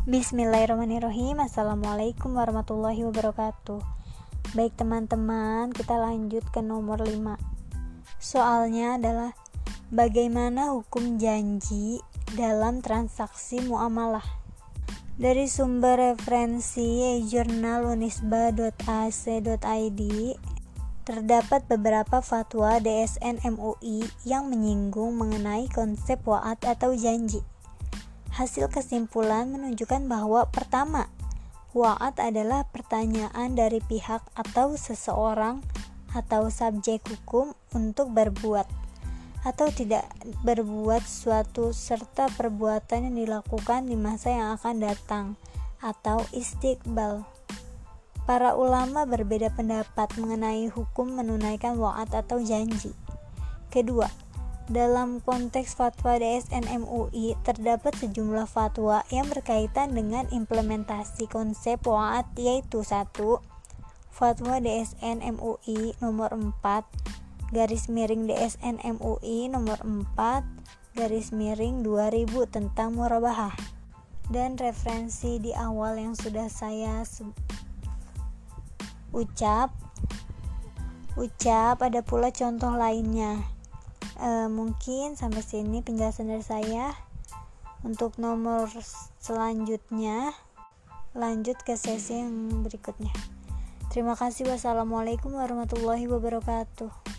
Bismillahirrahmanirrahim. Assalamualaikum warahmatullahi wabarakatuh. Baik teman-teman, kita lanjut ke nomor 5. Soalnya adalah bagaimana hukum janji dalam transaksi muamalah. Dari sumber referensi jurnal unisba.ac.id terdapat beberapa fatwa DSN MUI yang menyinggung mengenai konsep wa'ad atau janji. Hasil kesimpulan menunjukkan bahwa pertama, wa'ad adalah pertanyaan dari pihak atau seseorang atau subjek hukum untuk berbuat atau tidak berbuat suatu serta perbuatan yang dilakukan di masa yang akan datang atau istiqbal. Para ulama berbeda pendapat mengenai hukum menunaikan wa'ad atau janji. Kedua, dalam konteks fatwa DSN MUI terdapat sejumlah fatwa yang berkaitan dengan implementasi konsep wa'ad, yaitu 1. Fatwa DSN MUI nomor 4 /DSN MUI nomor 4 /2000 tentang murabahah. Dan referensi di awal yang sudah saya ucap, ada pula contoh lainnya. Mungkin sampai sini penjelasan dari saya. Untuk nomor selanjutnya, lanjut ke sesi yang berikutnya. Terima kasih. Wassalamualaikum warahmatullahi wabarakatuh.